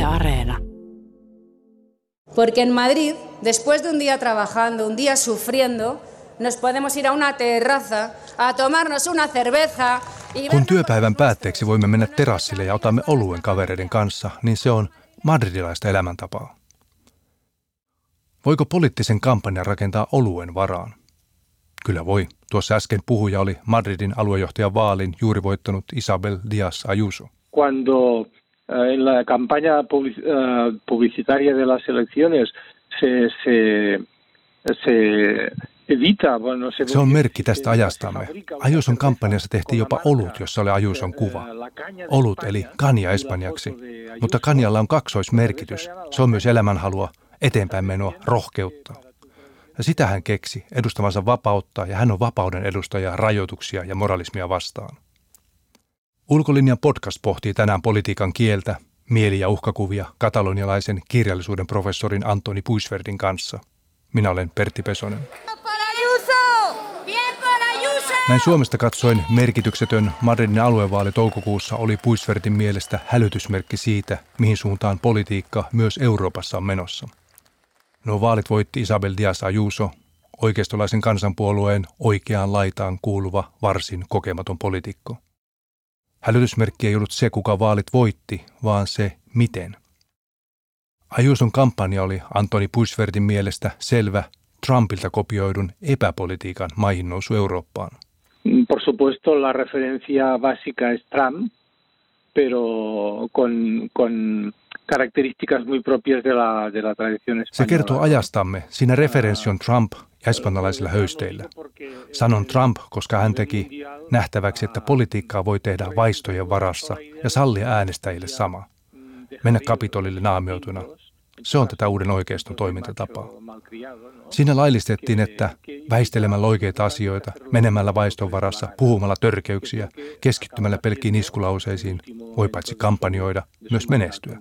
Yle Areena. Porque en Madrid, después de un día trabajando, un día sufriendo, nos podemos ir a una terraza a tomarnos una cerveza. Kun työpäivän päätteeksi voimme mennä terassille ja otamme oluen kavereiden kanssa, niin se on madridilaista elämäntapaa. Voiko poliittisen kampanjan rakentaa oluen varaan? Kyllä voi. Tuossa äsken puhuja oli Madridin aluejohtajan vaalin juuri voittanut Isabel Díaz Ayuso. Cuando en la campaña publicitaria de las elecciones se evita, bueno, se on merkki tästä ajastamme. Ayuson kampanjassa tehtiin jopa olut, jossa oli Ayuson kuva. Olut eli caña espanjaksi, mutta cañalla on kaksoismerkitys. Se on myös elämänhalua, eteenpäin menoa, rohkeutta. Ja sitä hän keksi edustavansa vapautta, ja hän on vapauden edustaja rajoituksia ja moralismia vastaan. Ulkolinjan podcast pohtii tänään politiikan kieltä, mieli- ja uhkakuvia katalonialaisen kirjallisuuden professorin Antoni Puigverdin kanssa. Minä olen Pertti Pesonen. Näin Suomesta katsoen merkityksetön Madridin aluevaali toukokuussa oli Puigverdin mielestä hälytysmerkki siitä, mihin suuntaan politiikka myös Euroopassa on menossa. Nuo vaalit voitti Isabel Díaz Ayuso, oikeistolaisen kansanpuolueen oikeaan laitaan kuuluva varsin kokematon poliitikko. Hälytysmerkki ei ollut se, kuka vaalit voitti, vaan se, miten. Ayuson kampanja oli Antoni Puigverdin mielestä selvä Trumpilta kopioidun epäpolitiikan maihinnousu Eurooppaan. Por supuesto, la referencia básica es Trump, pero con características muy propias de la tradición española. Se kertoo ajastamme. Siinä referenssi on Trump ja espanjalaisilla höysteillä. Sanon Trump, koska hän teki nähtäväksi, että politiikkaa voi tehdä vaistojen varassa ja sallia äänestäjille sama. Mennä Kapitolille naamioituna. Se on tätä uuden oikeiston toimintatapaa. Siinä laillistettiin, että väistelemällä oikeita asioita, menemällä vaiston varassa, puhumalla törkeyksiä, keskittymällä pelkkiin iskulauseisiin, voi paitsi kampanjoida, myös menestyä.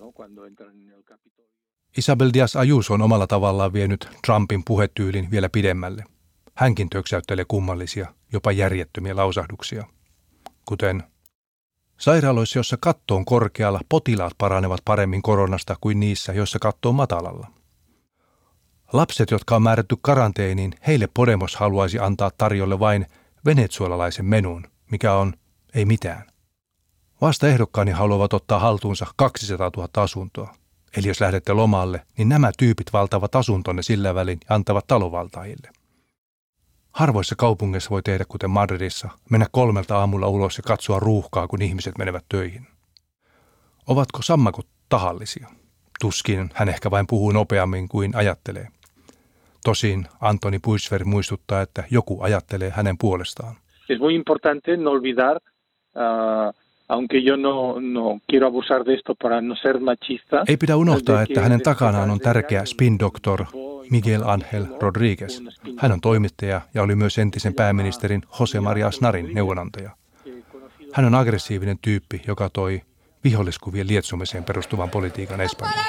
Isabel Díaz Ayuso on omalla tavallaan vienyt Trumpin puhetyylin vielä pidemmälle. Hänkin töksäyttelee kummallisia, jopa järjettömiä lausahduksia. Kuten: sairaaloissa, jossa katto on korkealla, potilaat paranevat paremmin koronasta kuin niissä, joissa katto on matalalla. Lapset, jotka on määrätty karanteeniin, heille Podemos haluaisi antaa tarjolle vain venezuelalaisen menun, mikä on ei mitään. Vastaehdokkaani haluavat ottaa haltuunsa 200 000 asuntoa. Eli jos lähdette lomalle, niin nämä tyypit valtavat asuntonne sillä välin ja antavat talonvaltaajille. Harvoissa kaupungeissa voi tehdä kuten Madridissa, mennä 3 aamulla ulos ja katsoa ruuhkaa, kun ihmiset menevät töihin. Ovatko sammakot tahallisia? Tuskin hän ehkä vain puhuu nopeammin kuin ajattelee. Tosin Antoni Puigverd muistuttaa, että joku ajattelee hänen puolestaan. Es muy importante no olvidar, aunque yo no quiero abusar de esto para no ser machista. Ei pidä unohtaa, että hänen takanaan on tärkeä spin-doktor Miguel Ángel Rodríguez. Hän on toimittaja ja oli myös entisen pääministerin José María Aznarin neuvonantaja. Hän on aggressiivinen tyyppi, joka toi viholliskuvien lietsomiseen perustuvan politiikan Espanjaan.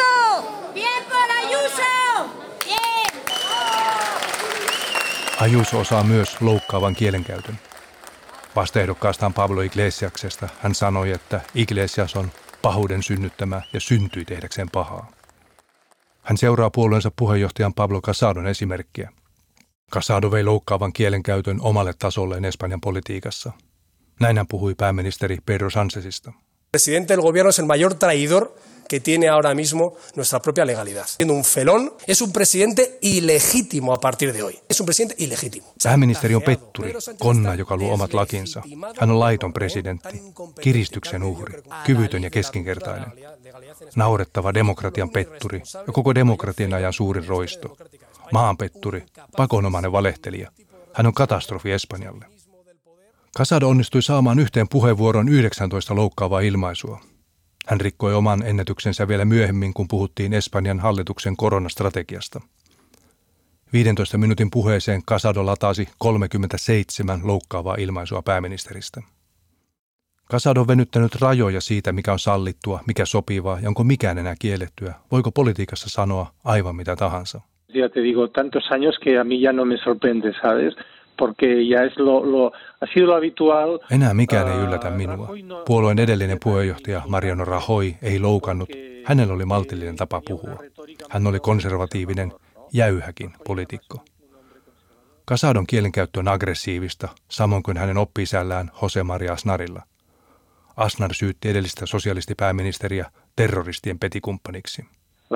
Ayuso osaa myös loukkaavan kielenkäytön. Vastaehdokkaastaan Pablo Iglesiaksesta hän sanoi, että Iglesias on pahuuden synnyttämä ja syntyi tehdäkseen pahaa. Hän seuraa puolueensa puheenjohtajan Pablo Casadon esimerkkiä. Casado vei loukkaavan kielenkäytön omalle tasolleen Espanjan politiikassa. Näin hän puhui pääministeri Pedro Sánchezista. Presidente del gobierno es el mayor traidor que tiene ahora mismo nuestra propia legalidad. Siendo un felón, es un presidente ilegítimo a partir de hoy. Es un presidente ilegítimo. Pääministeri on petturi, konna, joka luo omat lakinsa. Hän on laiton presidentti, kiristyksen uhri, kyvytön ja keskinkertainen. Naurettava demokratian petturi ja koko demokratian ajan suurin roisto. Maanpetturi, pakonomainen valehtelija. Hän on katastrofi Espanjalle. Casado onnistui saamaan yhteen puheenvuoron 19 loukkaavaa ilmaisua. Hän rikkoi oman ennätyksensä vielä myöhemmin, kun puhuttiin Espanjan hallituksen koronastrategiasta. 15 minuutin puheeseen Casado latasi 37 loukkaavaa ilmaisua pääministeristä. Casado on venyttänyt rajoja siitä, mikä on sallittua, mikä sopivaa ja onko mikään enää kiellettyä. Voiko politiikassa sanoa aivan mitä tahansa? Ya te digo, tantos años que a mí ya no me sorprende, ¿sabes? Porque ya es ha sido lo habitual. Enää mikään ei yllätä minua. Puolueen edellinen puheenjohtaja Mariano Rajoy ei loukannut Hänellä oli maltillinen tapa puhua. Hän oli konservatiivinen, jäyhäkin poliitikko. Casadon kielenkäyttö on aggressiivista, samoin kuin hänen oppi-isällään José María Aznarilla. Aznar syytti edellistä sosialistipääministeriä terroristien petikumppaniksi.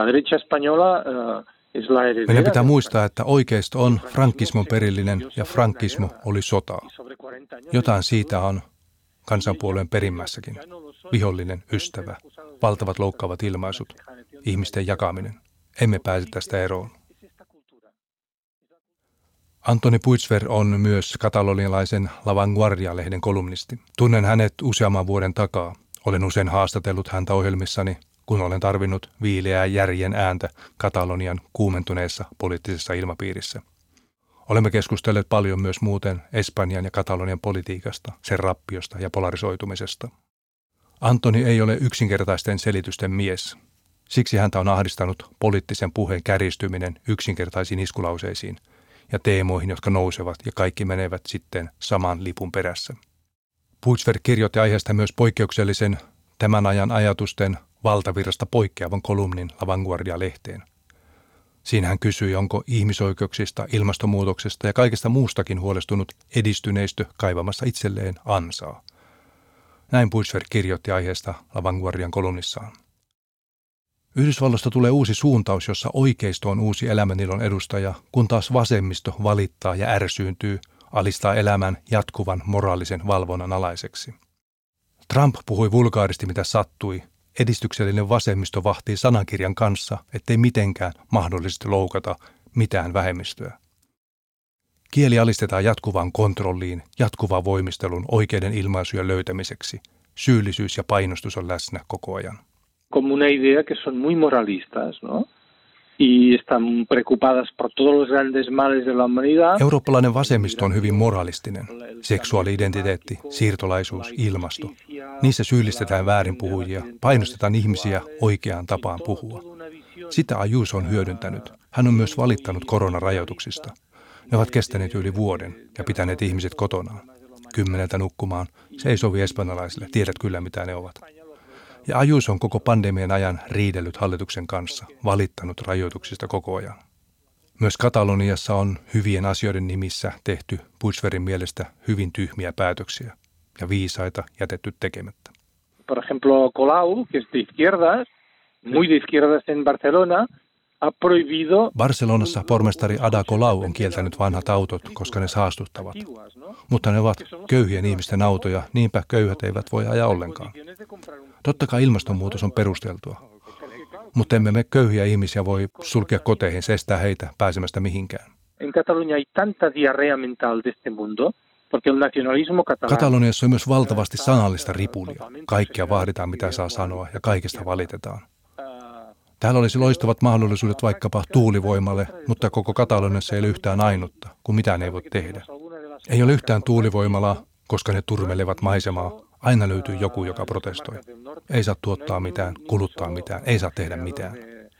Meidän pitää muistaa, että oikeisto on frankismon perillinen ja frankismo oli sotaa. Jotain siitä on kansanpuolueen perimmässäkin. Vihollinen, ystävä, valtavat loukkaavat ilmaisut, ihmisten jakaminen. Emme pääse tästä eroon. Antoni Puigverd on myös katalonialaisen La Vanguardia-lehden kolumnisti. Tunnen hänet useamman vuoden takaa. Olen usein haastatellut häntä ohjelmissani, kun olen tarvinnut viileää järjen ääntä Katalonian kuumentuneessa poliittisessa ilmapiirissä. Olemme keskustelleet paljon myös muuten Espanjan ja Katalonian politiikasta, sen rappiosta ja polarisoitumisesta. Antoni ei ole yksinkertaisten selitysten mies. Siksi häntä on ahdistanut poliittisen puheen kärjistyminen yksinkertaisiin iskulauseisiin ja teemoihin, jotka nousevat ja kaikki menevät sitten saman lipun perässä. Puigverd kirjoitti aiheesta myös poikkeuksellisen tämän ajan ajatusten valtavirrasta poikkeavan kolumnin La Vanguardia-lehteen. Siinä hän kysyi, onko ihmisoikeuksista, ilmastonmuutoksesta ja kaikesta muustakin huolestunut edistyneistö kaivamassa itselleen ansaa. Näin Puigverd kirjoitti aiheesta La Vanguardian kolumnissaan. Yhdysvalloista tulee uusi suuntaus, jossa oikeisto on uusi elämänilon edustaja, kun taas vasemmisto valittaa ja ärsyyntyy, alistaa elämän jatkuvan moraalisen valvonnan alaiseksi. Trump puhui vulgaaristi mitä sattui. Edistyksellinen vasemmisto vahtii sanakirjan kanssa, ettei mitenkään mahdollisesti loukata mitään vähemmistöä. Kieli alistetaan jatkuvaan kontrolliin, jatkuvaan voimistelun oikeiden ilmaisujen löytämiseksi. Syyllisyys ja painostus on läsnä koko ajan. Como una idea que son muy moralistas, ¿no? Y están preocupadas por todos los grandes males de la humanidad. Eurooppalainen vasemmisto on hyvin moralistinen. Seksuaali-identiteetti, siirtolaisuus, ilmasto. Niissä syyllistetään väärinpuhujia, painostetaan ihmisiä oikeaan tapaan puhua. Sitä Ayuso on hyödyntänyt. Hän on myös valittanut koronarajoituksista. Ne ovat kestäneet yli vuoden ja pitäneet ihmiset kotonaan. 10 nukkumaan. Se ei sovi espanjalaisille. Tiedät kyllä, mitä ne ovat. Ja Ayuso on koko pandemian ajan riidellyt hallituksen kanssa, valittanut rajoituksista koko ajan. Myös Kataloniassa on hyvien asioiden nimissä tehty Puigverdin mielestä hyvin tyhmiä päätöksiä ja viisaita jätetty tekemättä. Por ejemplo, Colau, que es de izquierdas, muy de izquierdas en Barcelona, ha prohibido... Barcelonassa pormestari Ada Colau on kieltänyt vanhat autot, koska ne saastuttavat. Mutta ne ovat köyhien ihmisten autoja, niinpä köyhät eivät voi ajaa ollenkaan. Totta kai ilmastonmuutos on perusteltua, mutta emme me köyhiä ihmisiä voi sulkea koteihin, se estää heitä pääsemästä mihinkään. En Cataluña hay tanta diarrea mental de este mundo, porque el nacionalismo catalán... Kataloniassa on myös valtavasti sanallista ripulia. Kaikkea vaaditaan, mitä saa sanoa, ja kaikesta valitetaan. Täällä olisi loistavat mahdollisuudet vaikkapa tuulivoimalle, mutta koko Kataloniassa ei ole yhtään ainutta, kun mitään ei voi tehdä. Ei ole yhtään tuulivoimalaa, koska ne turmelevat maisemaa. Aina löytyy joku, joka protestoi. Ei saa tuottaa mitään, kuluttaa mitään, ei saa tehdä mitään.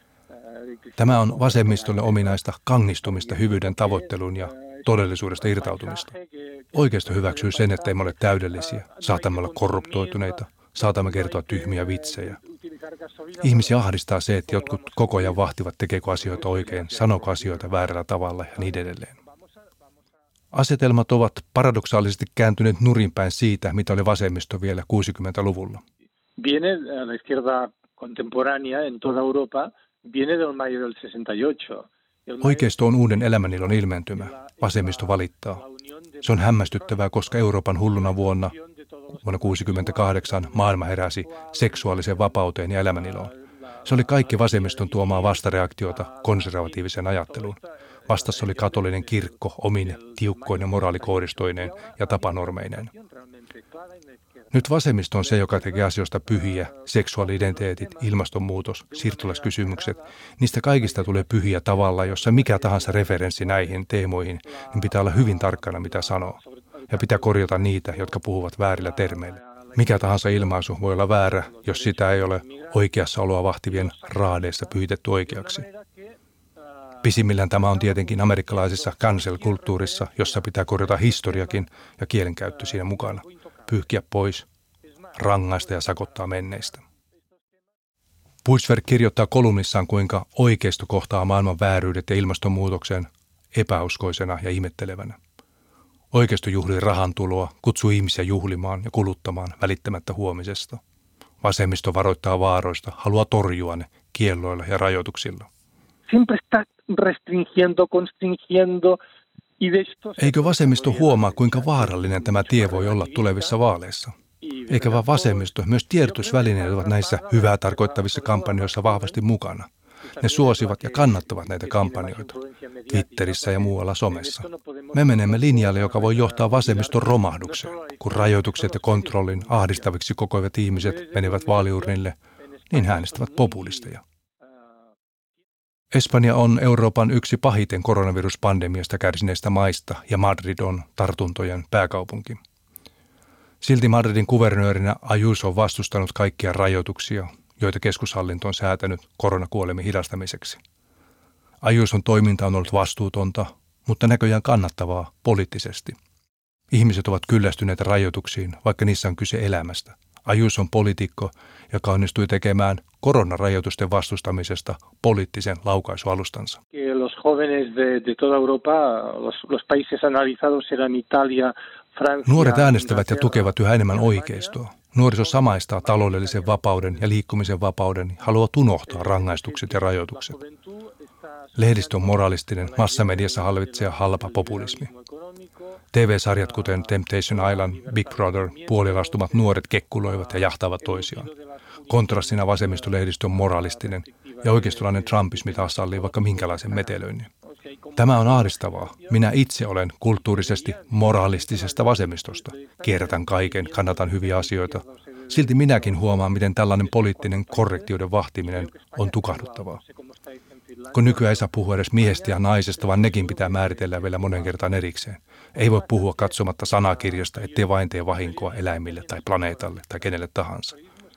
Tämä on vasemmistolle ominaista kangistumista hyvyyden tavoitteluun ja todellisuudesta irtautumista. Oikeisto hyväksyy sen, että emme ole täydellisiä, saatamme olla korruptoituneita, saatamme kertoa tyhmiä vitsejä. Ihmisiä ahdistaa se, että jotkut koko ajan vahtivat, tekeekö asioita oikein, sanooko asioita väärällä tavalla ja niin edelleen. Asetelmat ovat paradoksaalisesti kääntyneet nurinpäin siitä, mitä oli vasemmisto vielä 60-luvulla. Viene la izquierda contemporánea en toda Europa, viene del mayo del 68. Oikeisto on uuden elämänilon ilmentymä. Vasemmisto valittaa. Se on hämmästyttävää, koska Euroopan hulluna vuonna 1968 maailma heräsi seksuaaliseen vapauteen ja elämäniloon. Se oli kaikki vasemmiston tuomaa vastareaktiota konservatiiviseen ajatteluun. Vastassa oli katolinen kirkko omine tiukkoinen moraalikoodistoineen ja tapanormeineen. Nyt vasemmisto on se, joka tekee asioista pyhiä, seksuaali-identiteetit, ilmastonmuutos, siirtolaiskysymykset. Niistä kaikista tulee pyhiä tavalla, jossa mikä tahansa referenssi näihin teemoihin, niin pitää olla hyvin tarkkana, mitä sanoo. Ja pitää korjata niitä, jotka puhuvat väärillä termeillä. Mikä tahansa ilmaisu voi olla väärä, jos sitä ei ole oikeassa oloa vahtivien raadeissa pyhitetty oikeaksi. Pisimmillään tämä on tietenkin amerikkalaisessa cancel-kulttuurissa, jossa pitää korjata historiakin ja kielenkäyttö siinä mukana. Pyyhkiä pois, rangaista ja sakottaa menneistä. Puigdemont kirjoittaa kolumnissaan, kuinka oikeisto kohtaa maailman vääryydet ja ilmastonmuutoksen epäuskoisena ja ihmettelevänä. Oikeisto juhlii rahantuloa, kutsuu ihmisiä juhlimaan ja kuluttamaan välittämättä huomisesta. Vasemmisto varoittaa vaaroista, haluaa torjua ne kielloilla ja rajoituksilla. Eikö vasemmisto huomaa, kuinka vaarallinen tämä tie voi olla tulevissa vaaleissa? Eikä vain vasemmisto, myös tiedotusvälineet ovat näissä hyvää tarkoittavissa kampanjoissa vahvasti mukana. Ne suosivat ja kannattavat näitä kampanjoita Twitterissä ja muualla somessa. Me menemme linjalle, joka voi johtaa vasemmiston romahdukseen. Kun rajoitukset ja kontrollin ahdistaviksi kokoivat ihmiset menevät vaaliurnille, niin äänestävät populisteja. Espanja on Euroopan yksi pahiten koronaviruspandemiasta kärsineistä maista ja Madrid on tartuntojen pääkaupunki. Silti Madridin kuvernöörinä Ayuso on vastustanut kaikkia rajoituksia, joita keskushallinto on säätänyt koronakuolemien hidastamiseksi. Ayuson toiminta on ollut vastuutonta, mutta näköjään kannattavaa poliittisesti. Ihmiset ovat kyllästyneet rajoituksiin, vaikka niissä on kyse elämästä. Ayuso on poliitikko, joka onnistui tekemään koronarajoitusten vastustamisesta poliittisen laukaisualustansa. Los jóvenes de toda Europa, los países analizados eran Italia, Francia. Nuoret äänestävät ja tukevat yhä enemmän oikeistoa. Nuoriso samaistaa taloudellisen vapauden ja liikkumisen vapauden ja haluaa unohtaa rangaistukset ja rajoitukset. Lehdistö on moralistinen, massamediassa hallitsee halpa populismi. TV-sarjat kuten Temptation Island, Big Brother, puolilastumat nuoret kekkuloivat ja jahtavat toisiaan. Kontrastina vasemmistolehdistö on moralistinen ja oikeistolainen trumpismi taas sallii vaikka minkälaisen metelöinnin. Tämä on ahdistavaa. Minä itse olen kulttuurisesti moralistisesta vasemmistosta. Kierrätän kaiken, kannatan hyviä asioita. Silti minäkin huomaan, miten tällainen poliittinen korrektioiden vahtiminen on tukahduttavaa. Kun nykyään ei saa puhua edes miehestä ja naisesta, vaan nekin pitää määritellä vielä monen kertaan erikseen. Ei voi puhua katsomatta sanakirjasta, ettei vain tee vahinkoa eläimille tai planeetalle tai kenelle tahansa.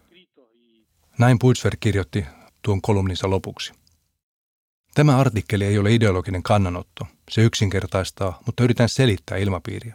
Näin Puigdemont kirjoitti tuon kolumninsa lopuksi. Tämä artikkeli ei ole ideologinen kannanotto. Se yksinkertaistaa, mutta yritän selittää ilmapiiriä.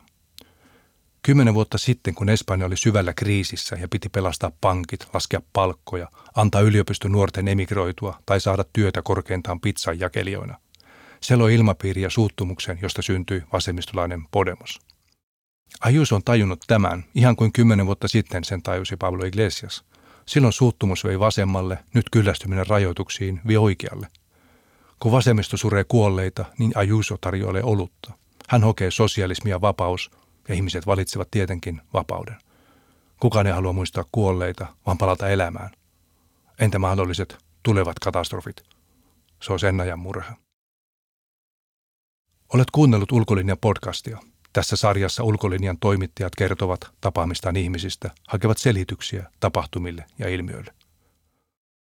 10 vuotta sitten, kun Espanja oli syvällä kriisissä ja piti pelastaa pankit, laskea palkkoja, antaa yliopiston nuorten emigroitua tai saada työtä korkeintaan pizzan jakelijoina. Se loi ilmapiiri ja suuttumuksen, josta syntyi vasemmistolainen Podemos. Ayuso on tajunnut tämän, ihan kuin 10 vuotta sitten sen tajusi Pablo Iglesias. Silloin suuttumus vei vasemmalle, nyt kyllästyminen rajoituksiin vie oikealle. Kun vasemmisto suree kuolleita, niin Ayuso tarjoilee olutta. Hän hokee sosialismi ja vapaus, ja ihmiset valitsevat tietenkin vapauden. Kukaan ei halua muistaa kuolleita, vaan palata elämään. Entä mahdolliset tulevat katastrofit? Se on sen ajan murha. Olet kuunnellut Ulkolinjan podcastia. Tässä sarjassa Ulkolinjan toimittajat kertovat tapaamistaan ihmisistä, hakevat selityksiä tapahtumille ja ilmiöille.